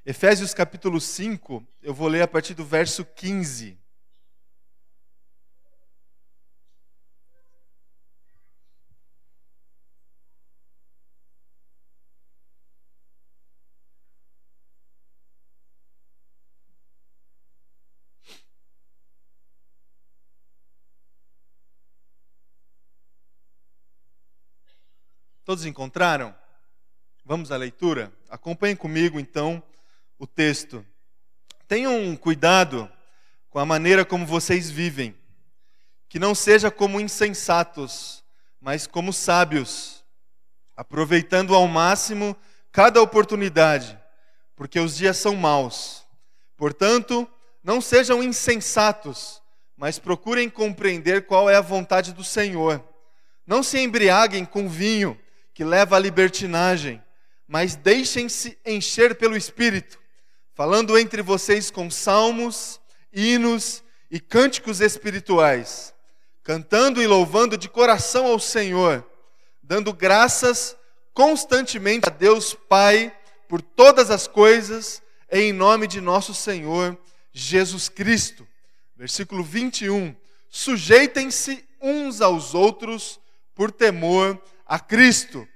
Efésios capítulo 5, eu vou ler a partir do verso 15. Todos encontraram? Vamos à leitura? Acompanhem comigo, então, o texto. Tenham cuidado com a maneira como vocês vivem, que não seja como insensatos, mas como sábios, aproveitando ao máximo cada oportunidade, porque os dias são maus. Portanto, não sejam insensatos, mas procurem compreender qual é a vontade do Senhor. Não se embriaguem com vinho, que leva à libertinagem, mas deixem-se encher pelo Espírito, falando entre vocês com salmos, hinos e cânticos espirituais, cantando e louvando de coração ao Senhor, dando graças constantemente a Deus Pai por todas as coisas, em nome de nosso Senhor Jesus Cristo. Versículo 21. Sujeitem-se uns aos outros por temor a Cristo.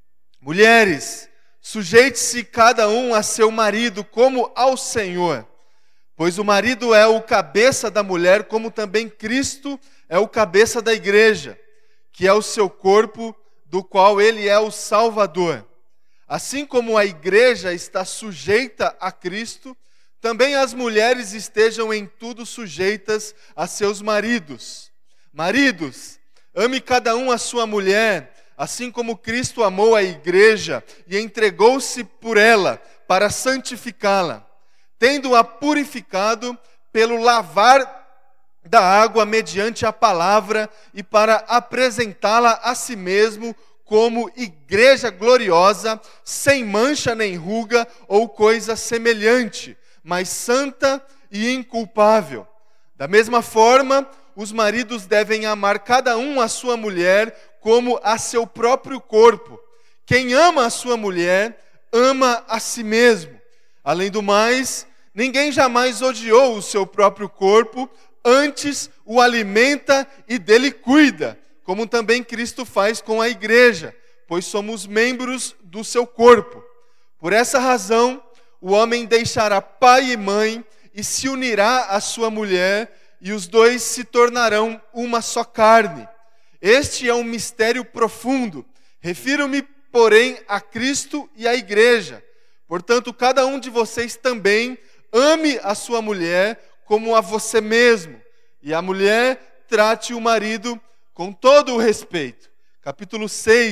Mulheres, sujeite-se cada um a seu marido como ao Senhor, pois o marido é o cabeça da mulher, como também Cristo é o cabeça da igreja, que é o seu corpo, do qual ele é o Salvador. Assim como a igreja está sujeita a Cristo, também as mulheres estejam em tudo sujeitas a seus maridos. Maridos, ame cada um a sua mulher, assim como Cristo amou a igreja e entregou-se por ela para santificá-la, tendo-a purificado pelo lavar da água mediante a palavra e para apresentá-la a si mesmo como igreja gloriosa, sem mancha nem ruga ou coisa semelhante, mas santa e inculpável. Da mesma forma, os maridos devem amar cada um a sua mulher como a seu próprio corpo. Quem ama a sua mulher, ama a si mesmo. Além do mais, ninguém jamais odiou o seu próprio corpo, antes o alimenta e dele cuida, como também Cristo faz com a igreja, pois somos membros do seu corpo. Por essa razão, o homem deixará pai e mãe e se unirá à sua mulher, e os dois se tornarão uma só carne. Este é um mistério profundo. Refiro-me, porém, a Cristo e à igreja. Portanto, cada um de vocês também ame a sua mulher como a você mesmo, e a mulher trate o marido com todo o respeito. Capítulo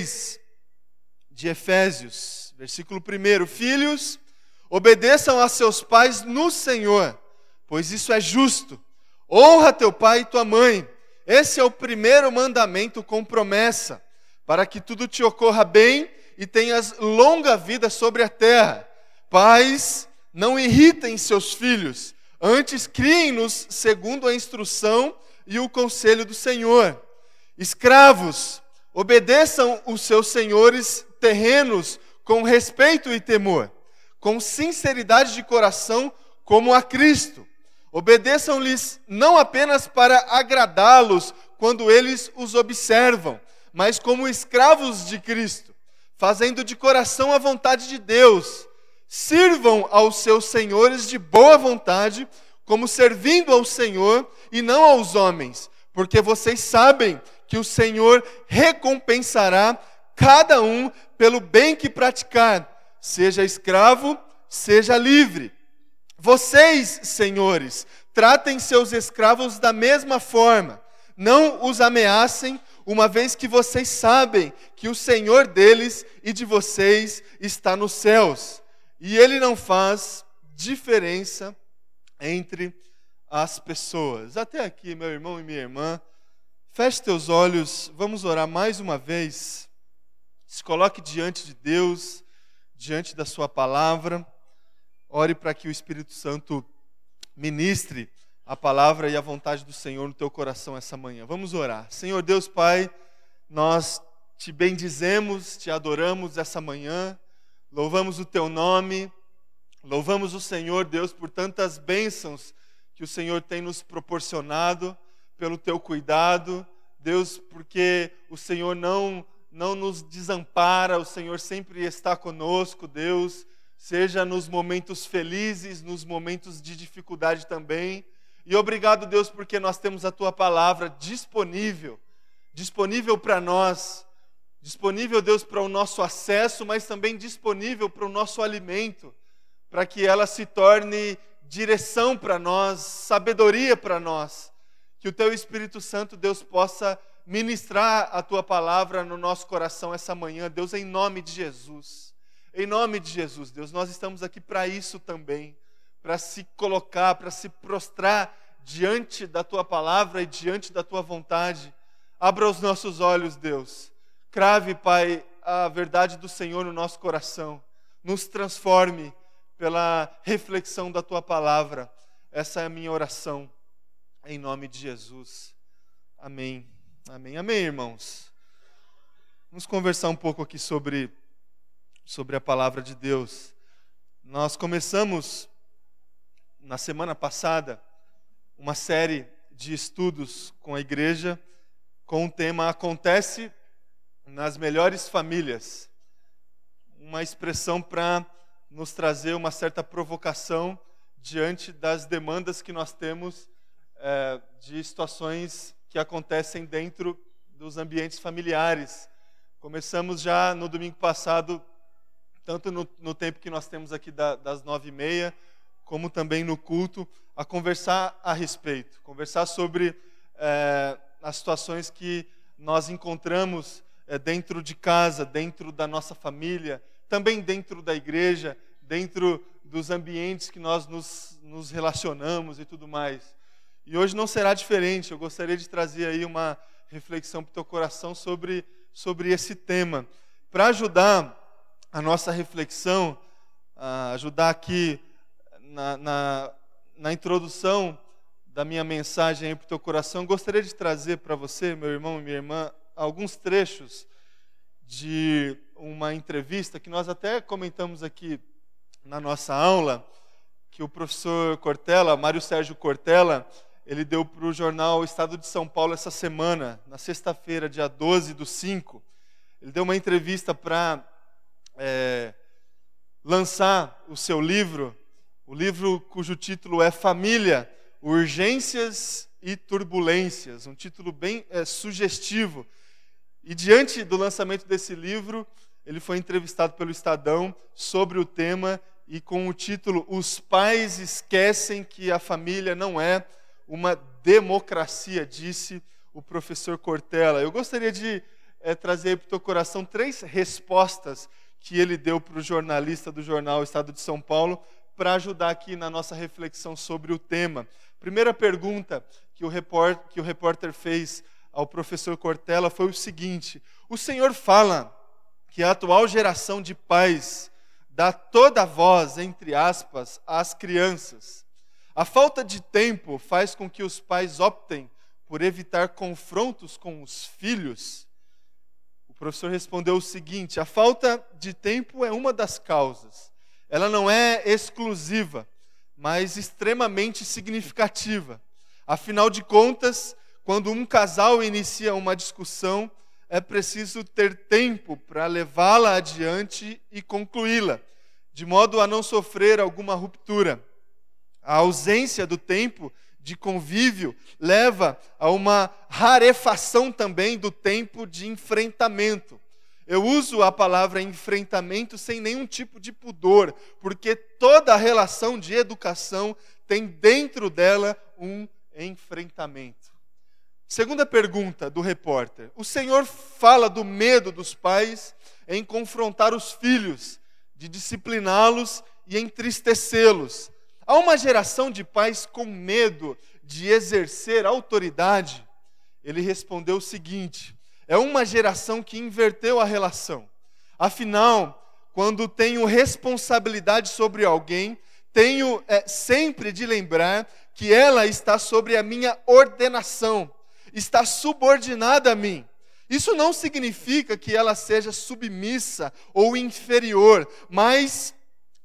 6 de Efésios, versículo 1. Filhos, obedeçam a seus pais no Senhor, pois isso é justo. Honra teu pai e tua mãe. Esse é o primeiro mandamento com promessa, para que tudo te ocorra bem e tenhas longa vida sobre a terra. Pais, não irritem seus filhos, antes criem-nos segundo a instrução e o conselho do Senhor. Escravos, obedeçam os seus senhores terrenos com respeito e temor, com sinceridade de coração, como a Cristo. Obedeçam-lhes não apenas para agradá-los quando eles os observam, mas como escravos de Cristo, fazendo de coração a vontade de Deus. Sirvam aos seus senhores de boa vontade, como servindo ao Senhor e não aos homens, porque vocês sabem que o Senhor recompensará cada um pelo bem que praticar, seja escravo, seja livre. Vocês, senhores, tratem seus escravos da mesma forma. Não os ameacem, uma vez que vocês sabem que o Senhor deles e de vocês está nos céus. E Ele não faz diferença entre as pessoas. Até aqui, meu irmão e minha irmã, feche teus olhos, vamos orar mais uma vez. Se coloque diante de Deus, diante da sua palavra. Ore para que o Espírito Santo ministre a palavra e a vontade do Senhor no teu coração essa manhã. Vamos orar. Senhor Deus Pai, nós te bendizemos, te adoramos essa manhã, louvamos o teu nome, Louvamos o Senhor, Deus, por tantas bênçãos que o Senhor tem nos proporcionado, pelo teu cuidado, Deus, porque o Senhor não nos desampara, o Senhor sempre está conosco, Deus, seja nos momentos felizes, nos momentos de dificuldade também. E obrigado, Deus, porque nós temos a tua palavra disponível para nós, disponível, Deus, para o nosso acesso, mas também disponível para o nosso alimento, para que ela se torne direção para nós, sabedoria para nós. Que o teu Espírito Santo, Deus, possa ministrar a tua palavra no nosso coração essa manhã, Deus, em nome de Jesus. Em nome de Jesus, Deus, nós estamos aqui para isso também, para se colocar, para se prostrar diante da tua palavra e diante da tua vontade. Abra os nossos olhos, Deus. Crave, Pai, a verdade do Senhor no nosso coração. Nos transforme pela reflexão da tua palavra. Essa é a minha oração. Em nome de Jesus. Amém. Amém. Amém, irmãos. Vamos conversar um pouco aqui sobre a palavra de Deus. Nós começamos, na semana passada, uma série de estudos com a igreja, com o tema Acontece nas Melhores Famílias. Uma expressão para nos trazer uma certa provocação diante das demandas que nós temos de situações que acontecem dentro dos ambientes familiares. Começamos já no domingo passado, tanto no tempo que nós temos aqui das 9h30, como também no culto, a conversar a respeito, conversar sobre as situações que nós encontramos dentro de casa, dentro da nossa família, também dentro da igreja, dentro dos ambientes que nós nos relacionamos e tudo mais. E hoje não será diferente. Eu gostaria de trazer aí uma reflexão para o teu coração sobre esse tema. Para ajudar a nossa reflexão, ajudar aqui na introdução da minha mensagem para o teu coração, gostaria de trazer para você, meu irmão e minha irmã, alguns trechos de uma entrevista que nós até comentamos aqui na nossa aula, que o professor Cortella, Mário Sérgio Cortella, ele deu para o jornal Estado de São Paulo essa semana, na sexta-feira, dia 12/5. Ele deu uma entrevista para lançar o seu livro, o livro cujo título é Família, Urgências e Turbulências, um título bem sugestivo. E diante do lançamento desse livro, ele foi entrevistado pelo Estadão sobre o tema e com o título Os Pais Esquecem que a Família Não É uma Democracia, disse o professor Cortella. Eu gostaria de trazer para o teu coração 3 respostas que ele deu para o jornalista do jornal Estado de São Paulo para ajudar aqui na nossa reflexão sobre o tema. Primeira pergunta que o repórter fez ao professor Cortella foi o seguinte: o senhor fala que a atual geração de pais dá toda a voz, entre aspas, às crianças. A falta de tempo faz com que os pais optem por evitar confrontos com os filhos? O professor respondeu o seguinte: a falta de tempo é uma das causas. Ela não é exclusiva, mas extremamente significativa. Afinal de contas, quando um casal inicia uma discussão, é preciso ter tempo para levá-la adiante e concluí-la, de modo a não sofrer alguma ruptura. A ausência do tempo de convívio leva a uma rarefação também do tempo de enfrentamento. Eu uso a palavra enfrentamento sem nenhum tipo de pudor, porque toda relação de educação tem dentro dela um enfrentamento. Segunda pergunta do repórter: o senhor fala do medo dos pais em confrontar os filhos, de discipliná-los e entristecê-los. Há uma geração de pais com medo de exercer autoridade? Ele respondeu o seguinte: é uma geração que inverteu a relação. Afinal, quando tenho responsabilidade sobre alguém, tenho sempre de lembrar que ela está sobre a minha ordenação, está subordinada a mim. Isso não significa que ela seja submissa ou inferior, mas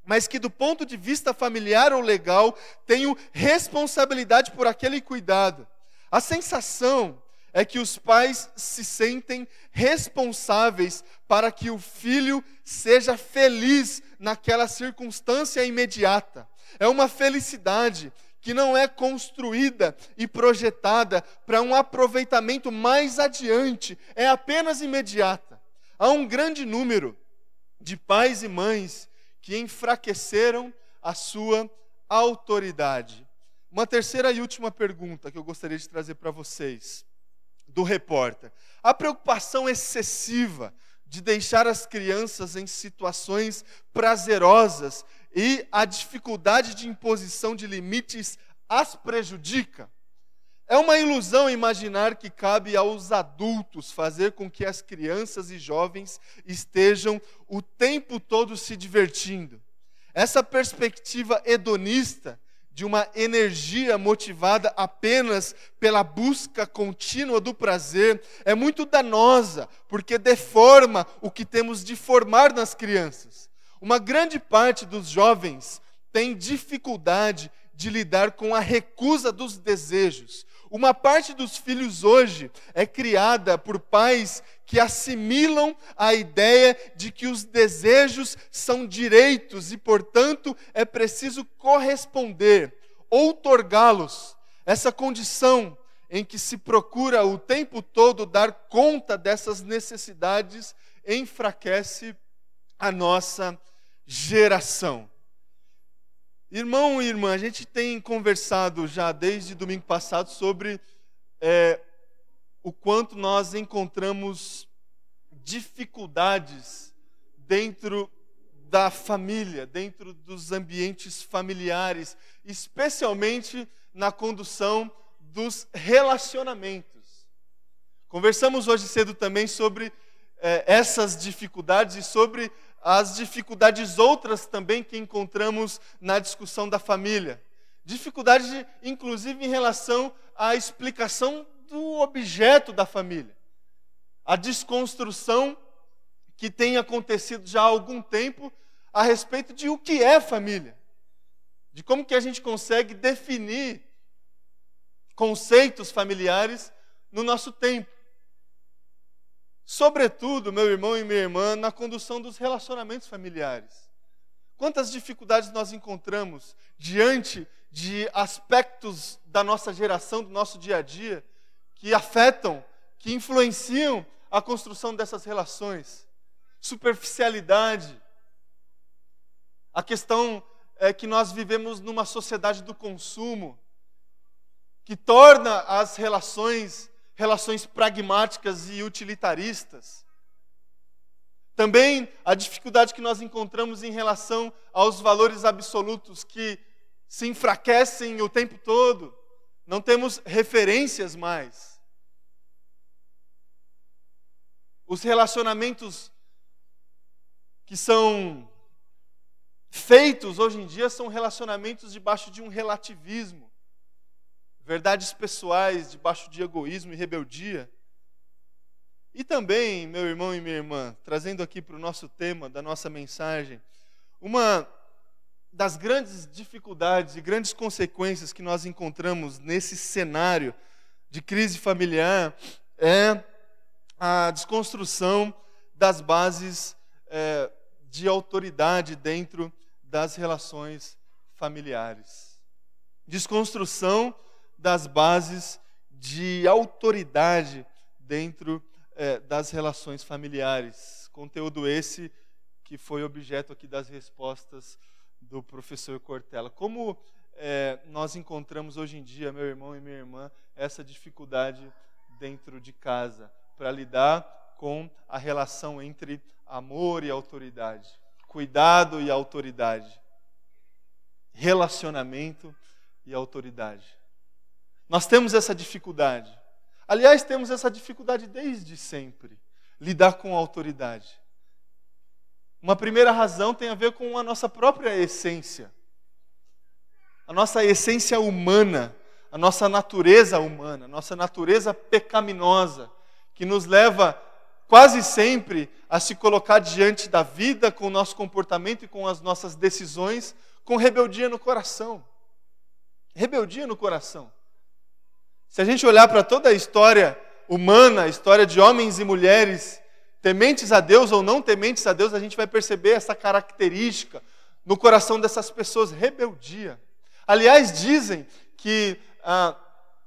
mas que do ponto de vista familiar ou legal, tenho responsabilidade por aquele cuidado. A sensação é que os pais se sentem responsáveis para que o filho seja feliz naquela circunstância imediata. É uma felicidade que não é construída e projetada para um aproveitamento mais adiante, é apenas imediata. Há um grande número de pais e mães que enfraqueceram a sua autoridade. Uma terceira e última pergunta que eu gostaria de trazer para vocês, do repórter. A preocupação excessiva de deixar as crianças em situações prazerosas e a dificuldade de imposição de limites as prejudica. É uma ilusão imaginar que cabe aos adultos fazer com que as crianças e jovens estejam o tempo todo se divertindo. Essa perspectiva hedonista de uma energia motivada apenas pela busca contínua do prazer é muito danosa, porque deforma o que temos de formar nas crianças. Uma grande parte dos jovens tem dificuldade de lidar com a recusa dos desejos. Uma parte dos filhos hoje é criada por pais que assimilam a ideia de que os desejos são direitos e, portanto, é preciso corresponder, outorgá-los. Essa condição em que se procura o tempo todo dar conta dessas necessidades enfraquece a nossa geração. Irmão e irmã, a gente tem conversado já desde domingo passado sobre o quanto nós encontramos dificuldades dentro da família, dentro dos ambientes familiares, especialmente na condução dos relacionamentos. Conversamos hoje cedo também sobre essas dificuldades e sobre as dificuldades outras também que encontramos na discussão da família. Dificuldade, inclusive, em relação à explicação do objeto da família. A desconstrução que tem acontecido já há algum tempo a respeito de o que é família. De como que a gente consegue definir conceitos familiares no nosso tempo. Sobretudo, meu irmão e minha irmã, na condução dos relacionamentos familiares. Quantas dificuldades nós encontramos diante de aspectos da nossa geração, do nosso dia a dia, que afetam, que influenciam a construção dessas relações. Superficialidade. A questão é que nós vivemos numa sociedade do consumo, que torna as relações pragmáticas e utilitaristas. Também a dificuldade que nós encontramos em relação aos valores absolutos que se enfraquecem o tempo todo. Não temos referências mais. Os relacionamentos que são feitos hoje em dia são relacionamentos debaixo de um relativismo. Verdades pessoais debaixo de egoísmo e rebeldia. E também, meu irmão e minha irmã, trazendo aqui para o nosso tema da nossa mensagem, uma das grandes dificuldades e grandes consequências que nós encontramos nesse cenário de crise familiar é a desconstrução das bases de autoridade dentro das relações familiares. Desconstrução das bases de autoridade dentro das relações familiares. Conteúdo esse que foi objeto aqui das respostas do professor Cortella. Como nós encontramos hoje em dia, meu irmão e minha irmã, essa dificuldade dentro de casa para lidar com a relação entre amor e autoridade, cuidado e autoridade, relacionamento e autoridade. Nós temos essa dificuldade. Aliás, temos essa dificuldade desde sempre, lidar com a autoridade. Uma primeira razão tem a ver com a nossa própria essência. A nossa essência humana, a nossa natureza humana, a nossa natureza pecaminosa, que nos leva quase sempre a se colocar diante da vida com o nosso comportamento e com as nossas decisões, com rebeldia no coração. Rebeldia no coração. Se a gente olhar para toda a história humana, a história de homens e mulheres, tementes a Deus ou não tementes a Deus, a gente vai perceber essa característica no coração dessas pessoas, rebeldia. Aliás, dizem que a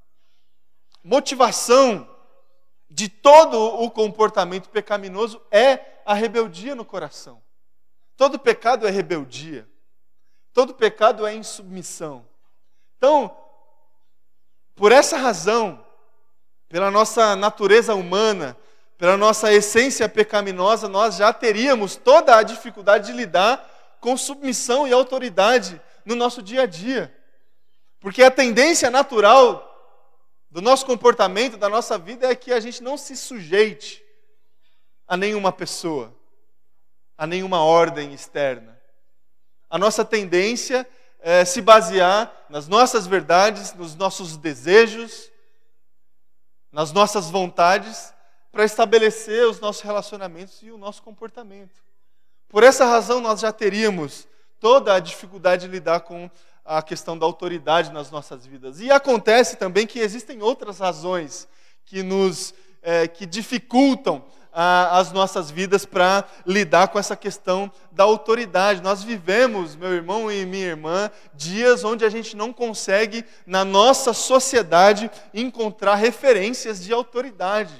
motivação de todo o comportamento pecaminoso é a rebeldia no coração. Todo pecado é rebeldia. Todo pecado é insubmissão. Então, por essa razão, pela nossa natureza humana, pela nossa essência pecaminosa, nós já teríamos toda a dificuldade de lidar com submissão e autoridade no nosso dia a dia. Porque a tendência natural do nosso comportamento, da nossa vida, é que a gente não se sujeite a nenhuma pessoa, a nenhuma ordem externa. A nossa tendência é se basear nas nossas verdades, nos nossos desejos, nas nossas vontades, para estabelecer os nossos relacionamentos e o nosso comportamento. Por essa razão, nós já teríamos toda a dificuldade de lidar com a questão da autoridade nas nossas vidas. E acontece também que existem outras razões que dificultam as nossas vidas para lidar com essa questão da autoridade. Nós vivemos, meu irmão e minha irmã, dias onde a gente não consegue, na nossa sociedade, encontrar referências de autoridade.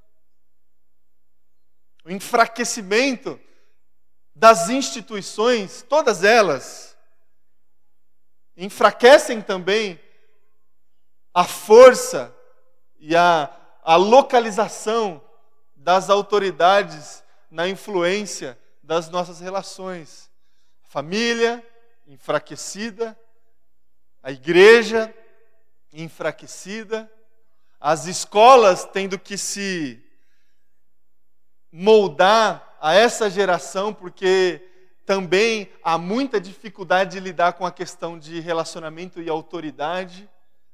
O enfraquecimento das instituições, todas elas, enfraquecem também a força e a localização das autoridades na influência das nossas relações. A família enfraquecida, a igreja enfraquecida, as escolas tendo que se moldar a essa geração, porque também há muita dificuldade de lidar com a questão de relacionamento e autoridade.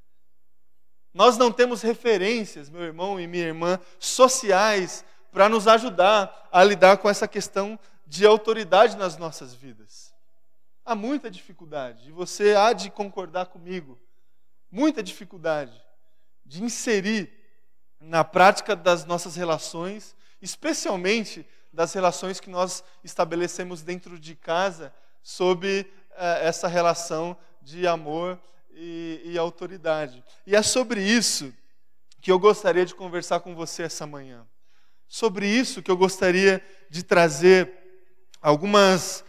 Nós não temos referências, meu irmão e minha irmã, sociais para nos ajudar a lidar com essa questão de autoridade nas nossas vidas. Há muita dificuldade, e você há de concordar comigo, muita dificuldade de inserir na prática das nossas relações, especialmente das relações que nós estabelecemos dentro de casa, sob essa relação de amor e autoridade. E é sobre isso que eu gostaria de conversar com você essa manhã. Sobre isso que eu gostaria de trazer alguns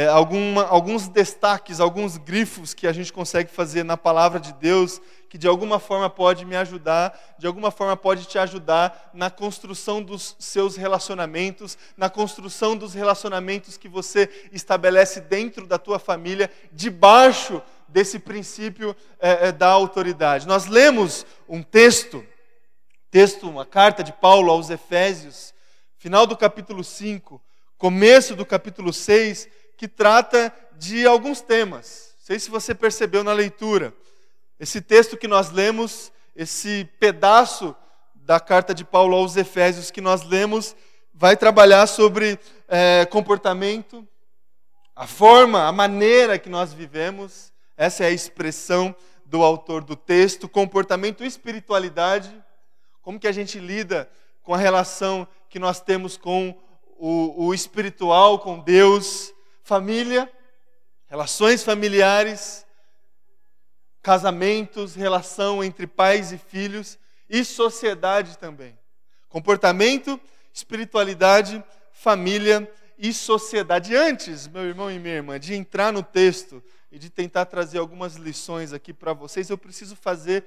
destaques, alguns grifos que a gente consegue fazer na palavra de Deus, que de alguma forma pode me ajudar, de alguma forma pode te ajudar na construção dos seus relacionamentos, na construção dos relacionamentos que você estabelece dentro da tua família, debaixo desse princípio da autoridade. Nós lemos um texto, uma carta de Paulo aos Efésios, final do capítulo 5, começo do capítulo 6, que trata de alguns temas. Não sei se você percebeu na leitura. Esse texto que nós lemos, esse pedaço da carta de Paulo aos Efésios que nós lemos, vai trabalhar sobre comportamento, a forma, a maneira que nós vivemos. Essa é a expressão do autor do texto. Comportamento e espiritualidade. Como que a gente lida com a relação que nós temos com o espiritual, com Deus. Família, relações familiares, casamentos, relação entre pais e filhos e sociedade também. Comportamento, espiritualidade, família e sociedade. Antes, meu irmão e minha irmã, de entrar no texto e de tentar trazer algumas lições aqui para vocês, eu preciso fazer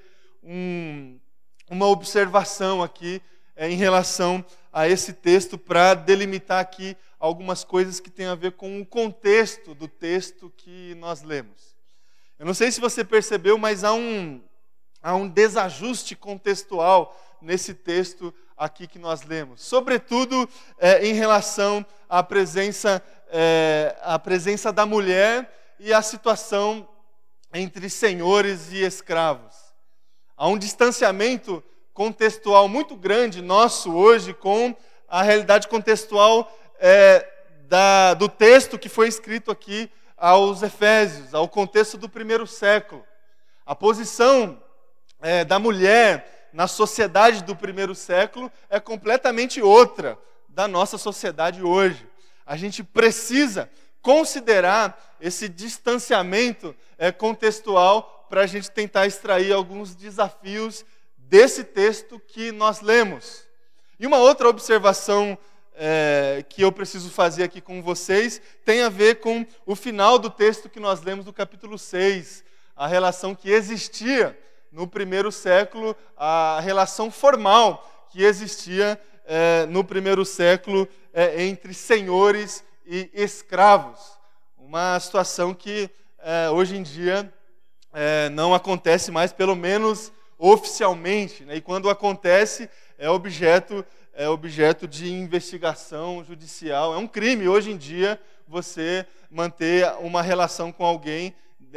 uma observação aqui em relação a esse texto, para delimitar aqui algumas coisas que têm a ver com o contexto do texto que nós lemos. Eu não sei se você percebeu, mas há um desajuste contextual nesse texto aqui que nós lemos. Sobretudo em relação à presença da mulher e a situação entre senhores e escravos. Há um distanciamento contextual muito grande nosso hoje com a realidade contextual do texto que foi escrito aqui aos Efésios, ao contexto do primeiro século. A posição da mulher na sociedade do primeiro século é completamente outra da nossa sociedade hoje. A gente precisa considerar esse distanciamento contextual para a gente tentar extrair alguns desafios desse texto que nós lemos. E uma outra observação que eu preciso fazer aqui com vocês tem a ver com o final do texto que nós lemos do capítulo 6, a relação que existia no primeiro século, a relação formal que existia no primeiro século entre senhores e escravos. Uma situação que hoje em dia não acontece mais, pelo menos oficialmente, né? E quando acontece é objeto de investigação judicial. É um crime hoje em dia você manter uma relação com alguém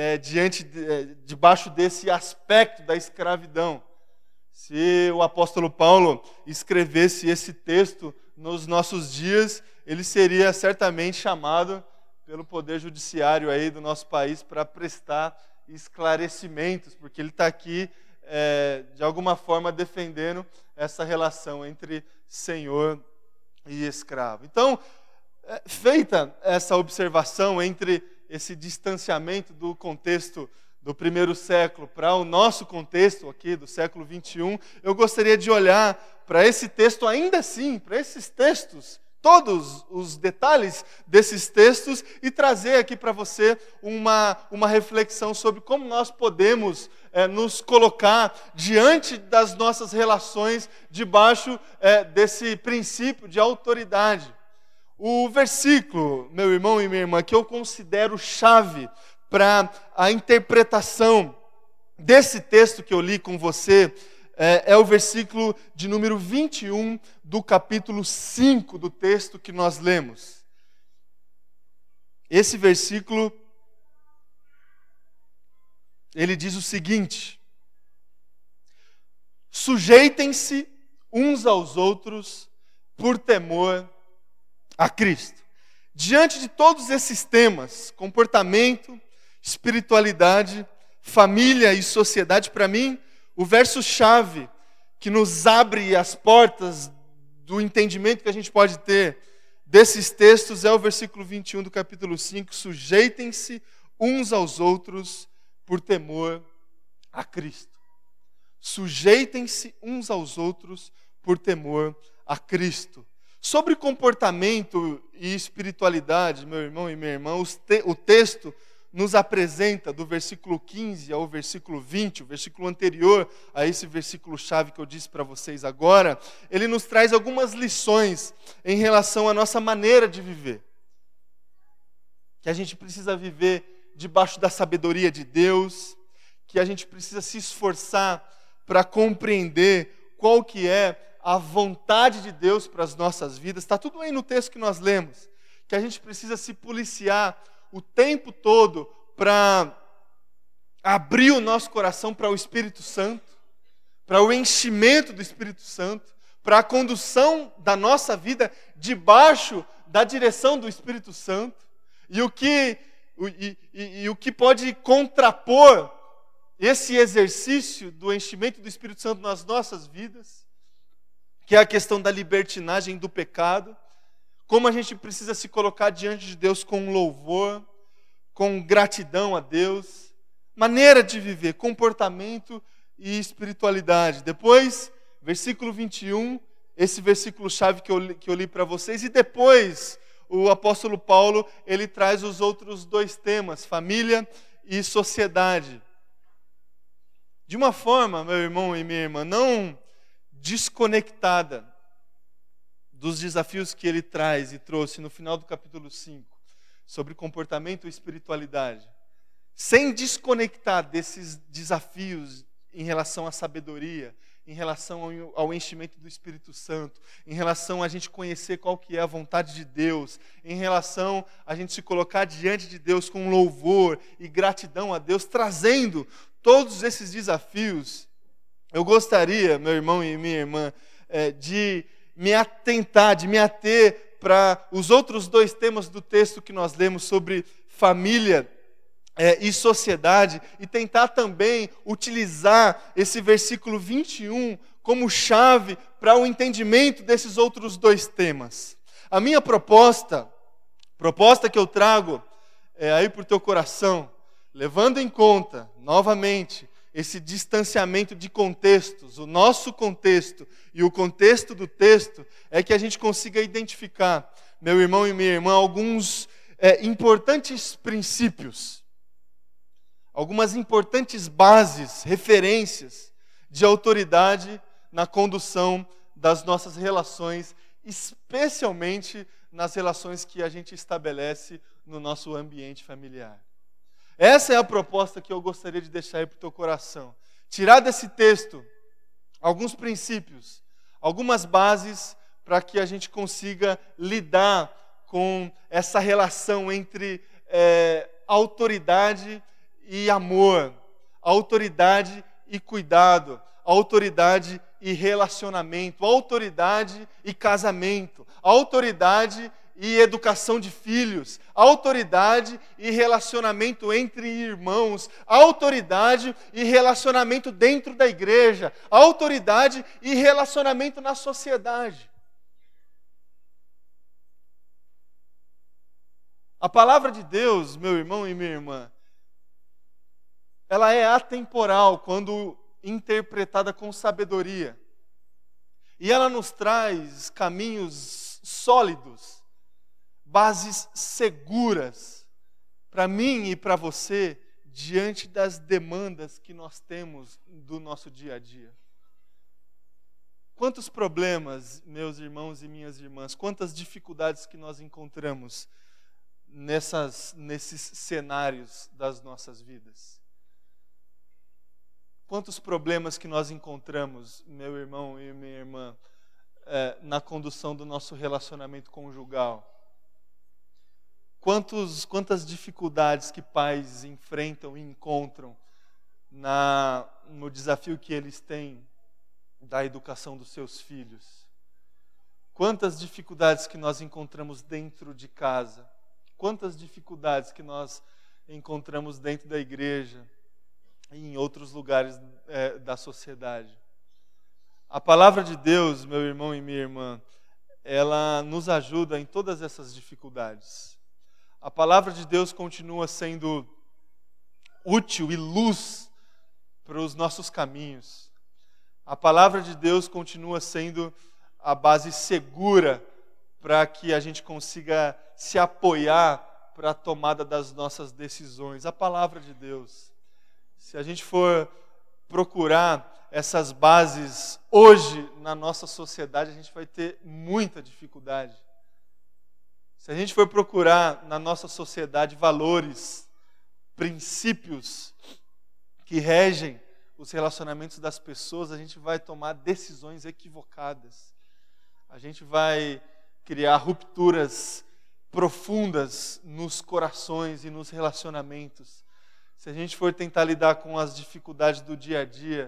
debaixo desse aspecto da escravidão. Se o apóstolo Paulo escrevesse esse texto nos nossos dias, ele seria certamente chamado pelo poder judiciário aí do nosso país para prestar esclarecimentos, porque ele está aqui de alguma forma defendendo essa relação entre senhor e escravo. Então, feita essa observação entre esse distanciamento do contexto do primeiro século para o nosso contexto aqui do século 21, eu gostaria de olhar para esse texto ainda assim, para esses textos, todos os detalhes desses textos e trazer aqui para você uma reflexão sobre como nós podemos nos colocar diante das nossas relações debaixo desse princípio de autoridade. O versículo, meu irmão e minha irmã, que eu considero chave para a interpretação desse texto que eu li com você, é o versículo de número 21 do capítulo 5 do texto que nós lemos. Esse versículo, ele diz o seguinte: sujeitem-se uns aos outros por temor a Cristo. Diante de todos esses temas, comportamento, espiritualidade, família e sociedade, para mim, o verso-chave que nos abre as portas do entendimento que a gente pode ter desses textos é o versículo 21 do capítulo 5, sujeitem-se uns aos outros por temor a Cristo. Sujeitem-se uns aos outros por temor a Cristo. Sobre comportamento e espiritualidade, meu irmão e minha irmã, o texto nos apresenta do versículo 15 ao versículo 20, o versículo anterior a esse versículo-chave que eu disse para vocês agora, ele nos traz algumas lições em relação à nossa maneira de viver. Que a gente precisa viver debaixo da sabedoria de Deus, que a gente precisa se esforçar para compreender qual que é a vontade de Deus para as nossas vidas. Está tudo aí no texto que nós lemos. Que a gente precisa se policiar o tempo todo para abrir o nosso coração para o Espírito Santo, para o enchimento do Espírito Santo, para a condução da nossa vida debaixo da direção do Espírito Santo. E o que pode contrapor esse exercício do enchimento do Espírito Santo nas nossas vidas, que é a questão da libertinagem do pecado, como a gente precisa se colocar diante de Deus com louvor, com gratidão a Deus, maneira de viver, comportamento e espiritualidade. Depois, versículo 21, esse versículo-chave que eu li para vocês, e depois o apóstolo Paulo, ele traz os outros dois temas, família e sociedade. De uma forma, meu irmão e minha irmã, não desconectada dos desafios que ele traz e trouxe no final do capítulo 5, sobre comportamento e espiritualidade, sem desconectar desses desafios em relação à sabedoria, em relação ao enchimento do Espírito Santo, em relação a gente conhecer qual que é a vontade de Deus, em relação a gente se colocar diante de Deus com louvor e gratidão a Deus, trazendo todos esses desafios. Eu gostaria, meu irmão e minha irmã, de me atentar, de me ater para os outros dois temas do texto que nós lemos sobre família e sociedade, e tentar também utilizar esse versículo 21 como chave para o entendimento desses outros dois temas. A minha proposta que eu trago aí para o teu coração, levando em conta, novamente, esse distanciamento de contextos, o nosso contexto e o contexto do texto, é que a gente consiga identificar, meu irmão e minha irmã, alguns importantes princípios, algumas importantes bases, referências de autoridade na condução das nossas relações, especialmente nas relações que a gente estabelece no nosso ambiente familiar. Essa é a proposta que eu gostaria de deixar aí para o teu coração. Tirar desse texto alguns princípios, algumas bases para que a gente consiga lidar com essa relação entre autoridade e amor, autoridade e cuidado, autoridade e relacionamento, autoridade e casamento, autoridade e educação de filhos, autoridade e relacionamento entre irmãos, autoridade e relacionamento dentro da igreja, autoridade e relacionamento na sociedade. A palavra de Deus, meu irmão e minha irmã, ela é atemporal quando interpretada com sabedoria. E ela nos traz caminhos sólidos, bases seguras para mim e para você diante das demandas que nós temos do nosso dia a dia. Quantos problemas, meus irmãos e minhas irmãs, quantas dificuldades que nós encontramos nesses cenários das nossas vidas. Quantos problemas que nós encontramos, meu irmão e minha irmã, na condução do nosso relacionamento conjugal. Quantas dificuldades que pais enfrentam e encontram no desafio que eles têm da educação dos seus filhos. Quantas dificuldades que nós encontramos dentro de casa. Quantas dificuldades que nós encontramos dentro da igreja e em outros lugares da sociedade. A palavra de Deus, meu irmão e minha irmã, ela nos ajuda em todas essas dificuldades. A palavra de Deus continua sendo útil e luz para os nossos caminhos. A palavra de Deus continua sendo a base segura para que a gente consiga se apoiar para a tomada das nossas decisões. A palavra de Deus. Se a gente for procurar essas bases hoje na nossa sociedade, a gente vai ter muita dificuldade. Se a gente for procurar na nossa sociedade valores, princípios que regem os relacionamentos das pessoas, a gente vai tomar decisões equivocadas. A gente vai criar rupturas profundas nos corações e nos relacionamentos. Se a gente for tentar lidar com as dificuldades do dia a dia,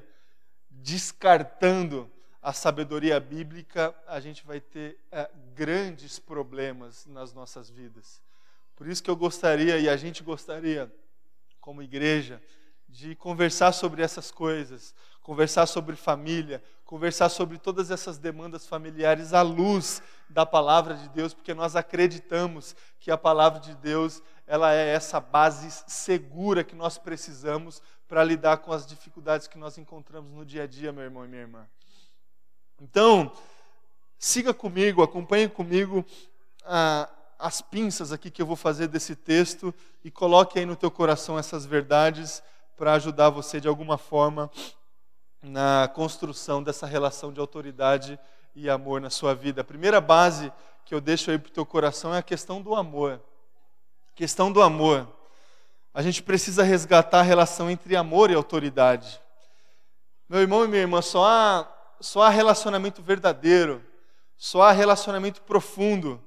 descartando a sabedoria bíblica, a gente vai ter grandes problemas nas nossas vidas. Por isso que eu gostaria, e a gente gostaria, como igreja, de conversar sobre essas coisas, conversar sobre família, conversar sobre todas essas demandas familiares à luz da palavra de Deus, porque nós acreditamos que a palavra de Deus, ela é essa base segura que nós precisamos para lidar com as dificuldades que nós encontramos no dia a dia, meu irmão e minha irmã. Então, siga comigo, acompanhe comigo as pinças aqui que eu vou fazer desse texto e coloque aí no teu coração essas verdades para ajudar você de alguma forma na construção dessa relação de autoridade e amor na sua vida. A primeira base que eu deixo aí para o teu coração é a questão do amor. Questão do amor. A gente precisa resgatar a relação entre amor e autoridade. Meu irmão e minha irmã, só há relacionamento verdadeiro, só há relacionamento profundo,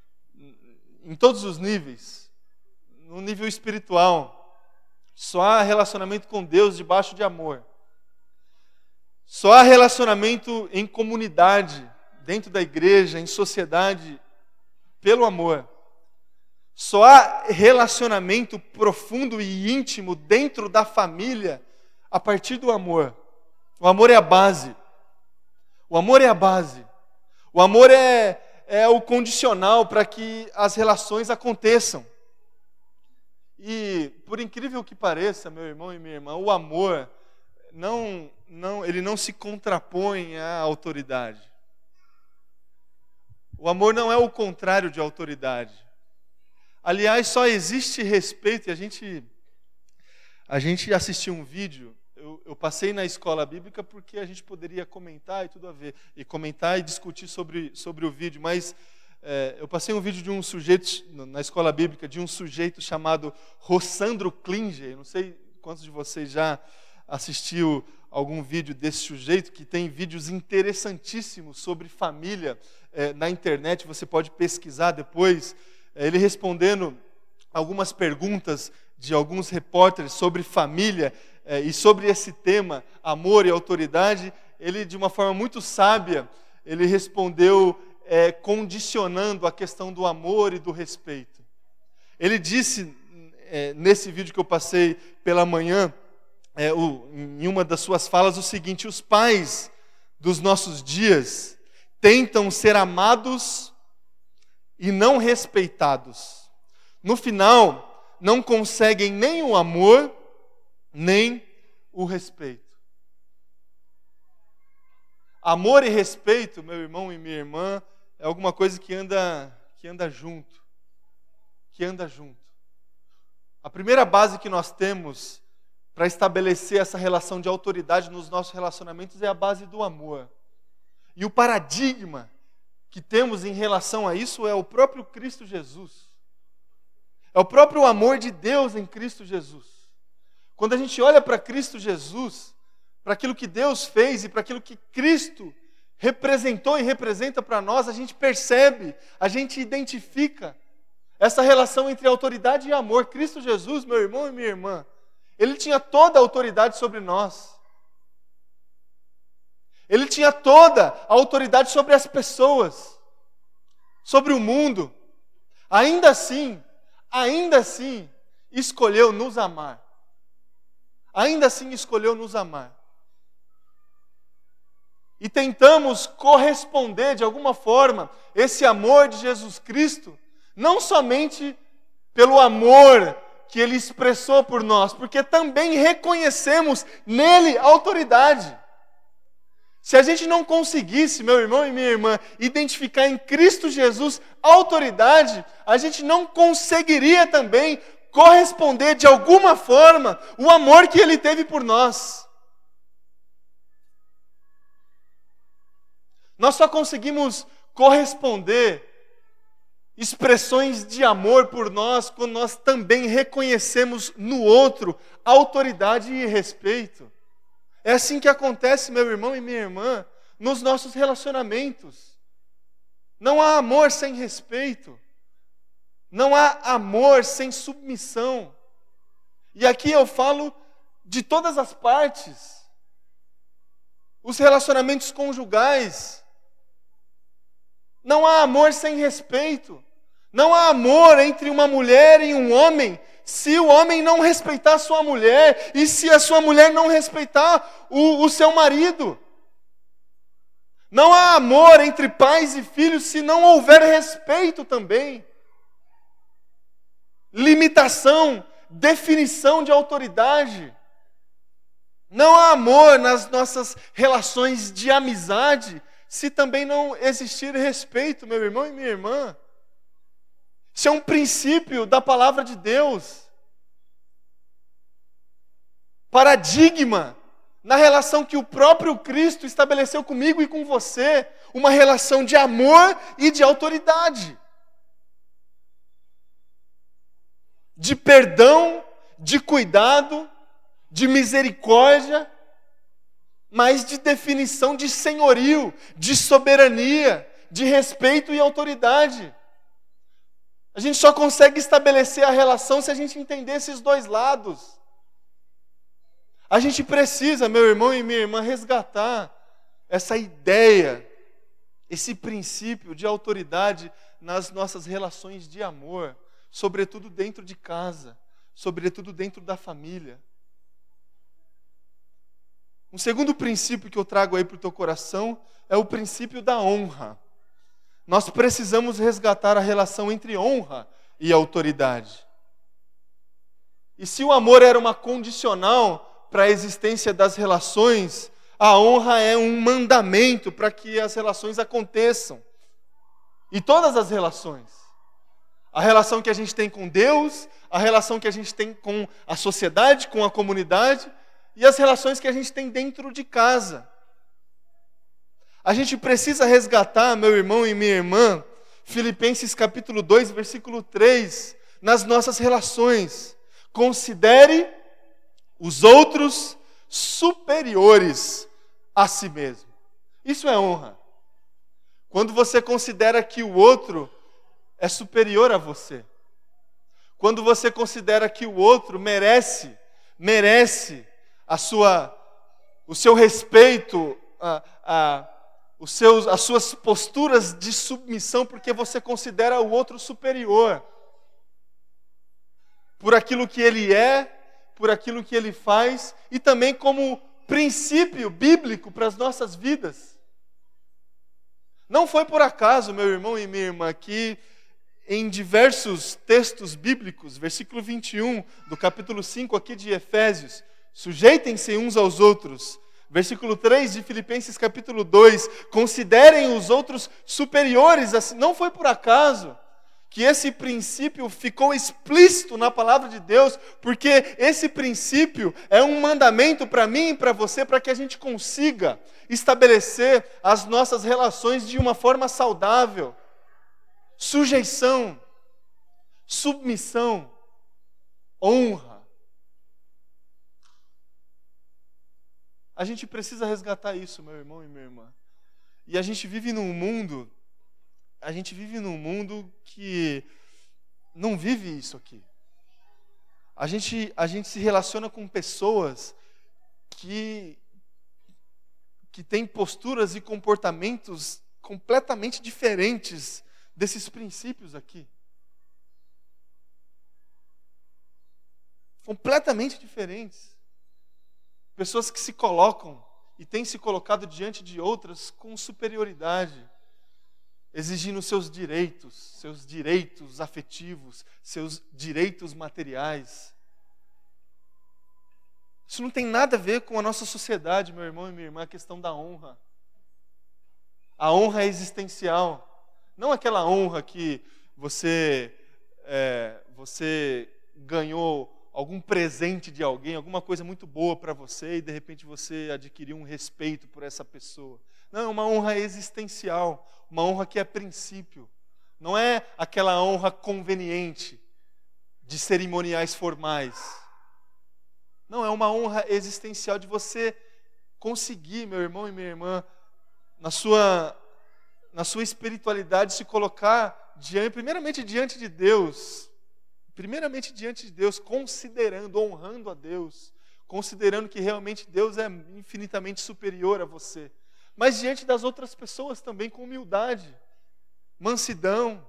em todos os níveis, no nível espiritual, só há relacionamento com Deus debaixo de amor. Só há relacionamento em comunidade dentro da igreja, em sociedade, pelo amor. Só há relacionamento profundo e íntimo dentro da família a partir do amor. O amor é a base. O amor é a base. O amor é o condicional para que as relações aconteçam. E, por incrível que pareça, meu irmão e minha irmã, o amor ele não se contrapõe à autoridade. O amor não é o contrário de autoridade. Aliás, só existe respeito, e a gente assistiu um vídeo, eu passei na escola bíblica porque a gente poderia comentar e tudo a ver, e comentar e discutir sobre o vídeo, mas eu passei um vídeo de um sujeito, na escola bíblica, de um sujeito chamado Rossandro Klinger. Não sei quantos de vocês já assistiu algum vídeo desse sujeito, que tem vídeos interessantíssimos sobre família na internet, você pode pesquisar depois. Ele respondendo algumas perguntas de alguns repórteres sobre família e sobre esse tema, amor e autoridade, ele, de uma forma muito sábia, ele respondeu condicionando a questão do amor e do respeito. Ele disse, nesse vídeo que eu passei pela manhã, em uma das suas falas, o seguinte: os pais dos nossos dias tentam ser amados e não respeitados. No final, não conseguem nem o amor, nem o respeito. Amor e respeito, meu irmão e minha irmã, é alguma coisa que anda junto. Que anda junto. A primeira base que nós temos para estabelecer essa relação de autoridade nos nossos relacionamentos é a base do amor. E o paradigma que temos em relação a isso é o próprio Cristo Jesus. É o próprio amor de Deus em Cristo Jesus. Quando a gente olha para Cristo Jesus, para aquilo que Deus fez e para aquilo que Cristo representou e representa para nós, a gente percebe, a gente identifica essa relação entre autoridade e amor. Cristo Jesus, meu irmão e minha irmã, Ele tinha toda a autoridade sobre nós. Ele tinha toda a autoridade sobre as pessoas, sobre o mundo. Ainda assim, escolheu nos amar. Ainda assim, escolheu nos amar. E tentamos corresponder de alguma forma esse amor de Jesus Cristo, não somente pelo amor que Ele expressou por nós, porque também reconhecemos nele a autoridade. Se a gente não conseguisse, meu irmão e minha irmã, identificar em Cristo Jesus a autoridade, a gente não conseguiria também corresponder de alguma forma o amor que Ele teve por nós. Nós só conseguimos corresponder expressões de amor por nós quando nós também reconhecemos no outro autoridade e respeito. É assim que acontece, meu irmão e minha irmã, nos nossos relacionamentos. Não há amor sem respeito. Não há amor sem submissão. E aqui eu falo de todas as partes. Os relacionamentos conjugais. Não há amor sem respeito. Não há amor entre uma mulher e um homem se o homem não respeitar a sua mulher e se a sua mulher não respeitar o seu marido. Não há amor entre pais e filhos se não houver respeito também. Limitação, definição de autoridade. Não há amor nas nossas relações de amizade se também não existir respeito, meu irmão e minha irmã. Isso é um princípio da palavra de Deus. Paradigma na relação que o próprio Cristo estabeleceu comigo e com você. Uma relação de amor e de autoridade. De perdão, de cuidado, de misericórdia, mas de definição de senhorio, de soberania, de respeito e autoridade. A gente só consegue estabelecer a relação se a gente entender esses dois lados. A gente precisa, meu irmão e minha irmã, resgatar essa ideia, esse princípio de autoridade nas nossas relações de amor, sobretudo dentro de casa, sobretudo dentro da família. Um segundo princípio que eu trago aí para o teu coração é o princípio da honra. Nós precisamos resgatar a relação entre honra e autoridade. E se o amor era uma condicional para a existência das relações, a honra é um mandamento para que as relações aconteçam. E todas as relações. A relação que a gente tem com Deus, a relação que a gente tem com a sociedade, com a comunidade, e as relações que a gente tem dentro de casa. A gente precisa resgatar, meu irmão e minha irmã, Filipenses capítulo 2, versículo 3, nas nossas relações. Considere os outros superiores a si mesmo. Isso é honra. Quando você considera que o outro é superior a você. Quando você considera que o outro merece o seu respeito, as suas posturas de submissão, porque você considera o outro superior. Por aquilo que ele é, por aquilo que ele faz, e também como princípio bíblico para as nossas vidas. Não foi por acaso, meu irmão e minha irmã, que em diversos textos bíblicos, versículo 21 do capítulo 5 aqui de Efésios, sujeitem-se uns aos outros. Versículo 3 de Filipenses capítulo 2, considerem os outros superiores. Não foi por acaso que esse princípio ficou explícito na palavra de Deus, porque esse princípio é um mandamento para mim e para você, para que a gente consiga estabelecer as nossas relações de uma forma saudável. Sujeição, submissão, honra. A gente precisa resgatar isso, meu irmão e minha irmã. E a gente vive num mundo que não vive isso aqui. A gente se relaciona com pessoas que têm posturas e comportamentos completamente diferentes desses princípios aqui. Completamente diferentes. Pessoas que se colocam e têm se colocado diante de outras com superioridade, exigindo seus direitos afetivos, seus direitos materiais. Isso não tem nada a ver com a nossa sociedade, meu irmão e minha irmã, a questão da honra. A honra é existencial. Não aquela honra que você ganhou algum presente de alguém, alguma coisa muito boa para você e de repente você adquiriu um respeito por essa pessoa. Não, é uma honra existencial, uma honra que é princípio. Não é aquela honra conveniente de cerimoniais formais. Não, é uma honra existencial de você conseguir, meu irmão e minha irmã, na sua espiritualidade, se colocar primeiramente diante de Deus, considerando, honrando a Deus, considerando que realmente Deus é infinitamente superior a você, mas diante das outras pessoas também com humildade, mansidão,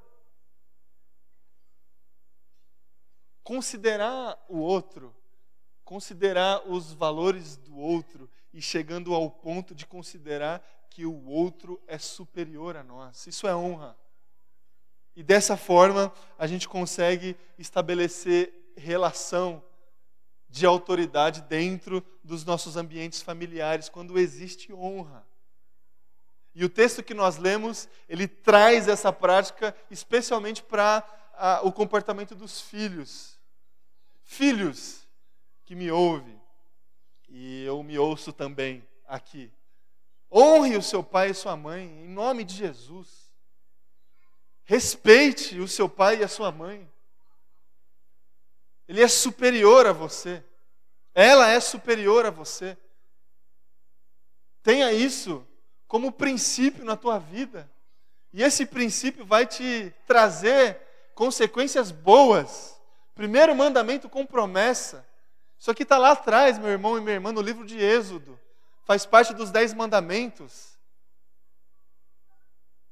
considerar o outro, considerar os valores do outro e chegando ao ponto de considerar que o outro é superior a nós. Isso é honra. E dessa forma, a gente consegue estabelecer relação de autoridade dentro dos nossos ambientes familiares, quando existe honra. E o texto que nós lemos, ele traz essa prática especialmente para o comportamento dos filhos. Filhos que me ouvem, e eu me ouço também aqui. Honre o seu pai e sua mãe, em nome de Jesus. Respeite o seu pai e a sua mãe. Ele é superior a você. Ela é superior a você. Tenha isso como princípio na tua vida. E esse princípio vai te trazer consequências boas. Primeiro mandamento com promessa. Isso aqui está lá atrás, meu irmão e minha irmã, no livro de Êxodo. Faz parte dos 10 mandamentos.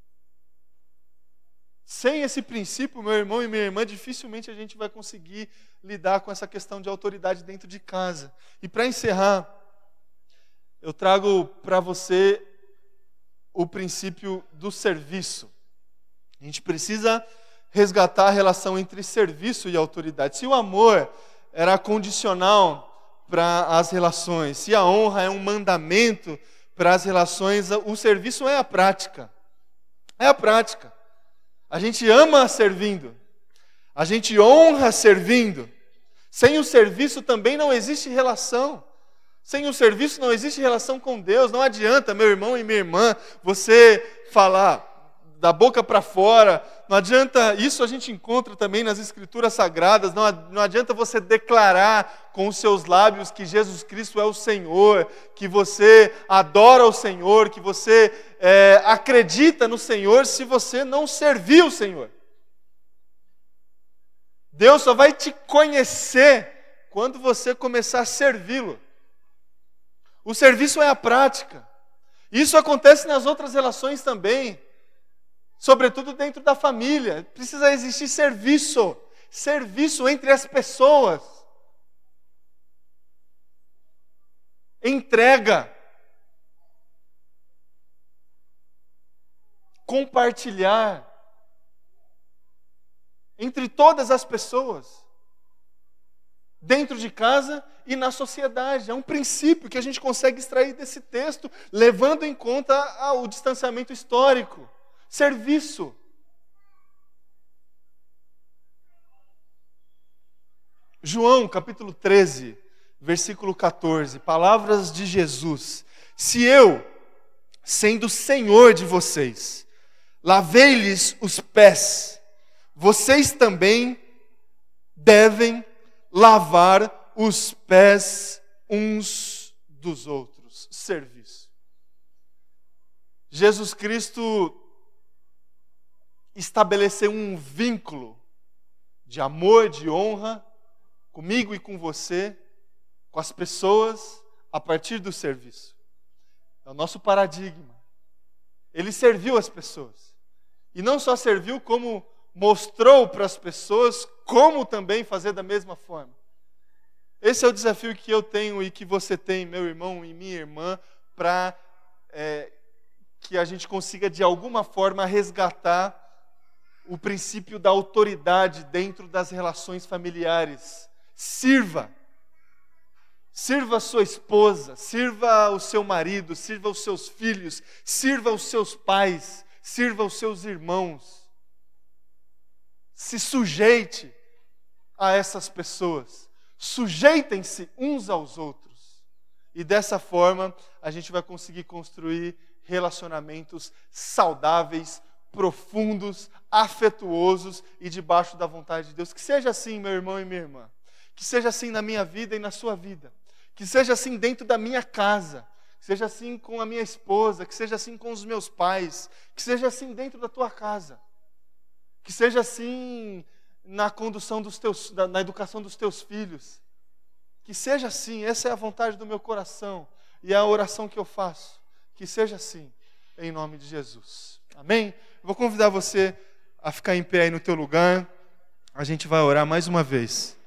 Sem esse princípio, meu irmão e minha irmã, dificilmente a gente vai conseguir lidar com essa questão de autoridade dentro de casa. E para encerrar, eu trago para você o princípio do serviço. A gente precisa resgatar a relação entre serviço e autoridade. Se o amor era condicional para as relações, se a honra é um mandamento para as relações, o serviço é a prática. É a prática. A gente ama servindo. A gente honra servindo. Sem o serviço também não existe relação. Sem o serviço não existe relação com Deus. Não adianta, meu irmão e minha irmã, você falar da boca para fora. Não adianta, isso a gente encontra também nas Escrituras Sagradas. Não adianta você declarar com os seus lábios que Jesus Cristo é o Senhor, que você adora o Senhor, que você acredita no Senhor, se você não servir o Senhor. Deus só vai te conhecer quando você começar a servi-lo. O serviço é a prática. Isso acontece nas outras relações também. Sobretudo dentro da família. Precisa existir serviço. Serviço entre as pessoas. Entrega. Compartilhar. Entre todas as pessoas. Dentro de casa e na sociedade. É um princípio que a gente consegue extrair desse texto, levando em conta o distanciamento histórico. Serviço. João, capítulo 13, versículo 14. Palavras de Jesus. Se eu, sendo Senhor de vocês, lavei-lhes os pés, vocês também devem lavar os pés uns dos outros. Serviço. Jesus Cristo estabeleceu um vínculo de amor, de honra, comigo e com você, com as pessoas, a partir do serviço. É o nosso paradigma. Ele serviu as pessoas. E não só serviu, como mostrou para as pessoas como também fazer da mesma forma. Esse é o desafio que eu tenho e que você tem, meu irmão e minha irmã, para que a gente consiga de alguma forma resgatar o princípio da autoridade dentro das relações familiares. Sirva. Sirva a sua esposa, sirva o seu marido, sirva os seus filhos, sirva os seus pais, sirva os seus irmãos. Se sujeite a essas pessoas. Sujeitem-se uns aos outros. E dessa forma, a gente vai conseguir construir relacionamentos saudáveis, profundos, afetuosos e debaixo da vontade de Deus. Que seja assim, meu irmão e minha irmã. Que seja assim na minha vida e na sua vida. Que seja assim dentro da minha casa. Que seja assim com a minha esposa. Que seja assim com os meus pais. Que seja assim dentro da tua casa. Que seja assim na condução na educação dos teus filhos. Que seja assim, essa é a vontade do meu coração. E é a oração que eu faço. Que seja assim, em nome de Jesus. Amém? Eu vou convidar você a ficar em pé aí no teu lugar. A gente vai orar mais uma vez.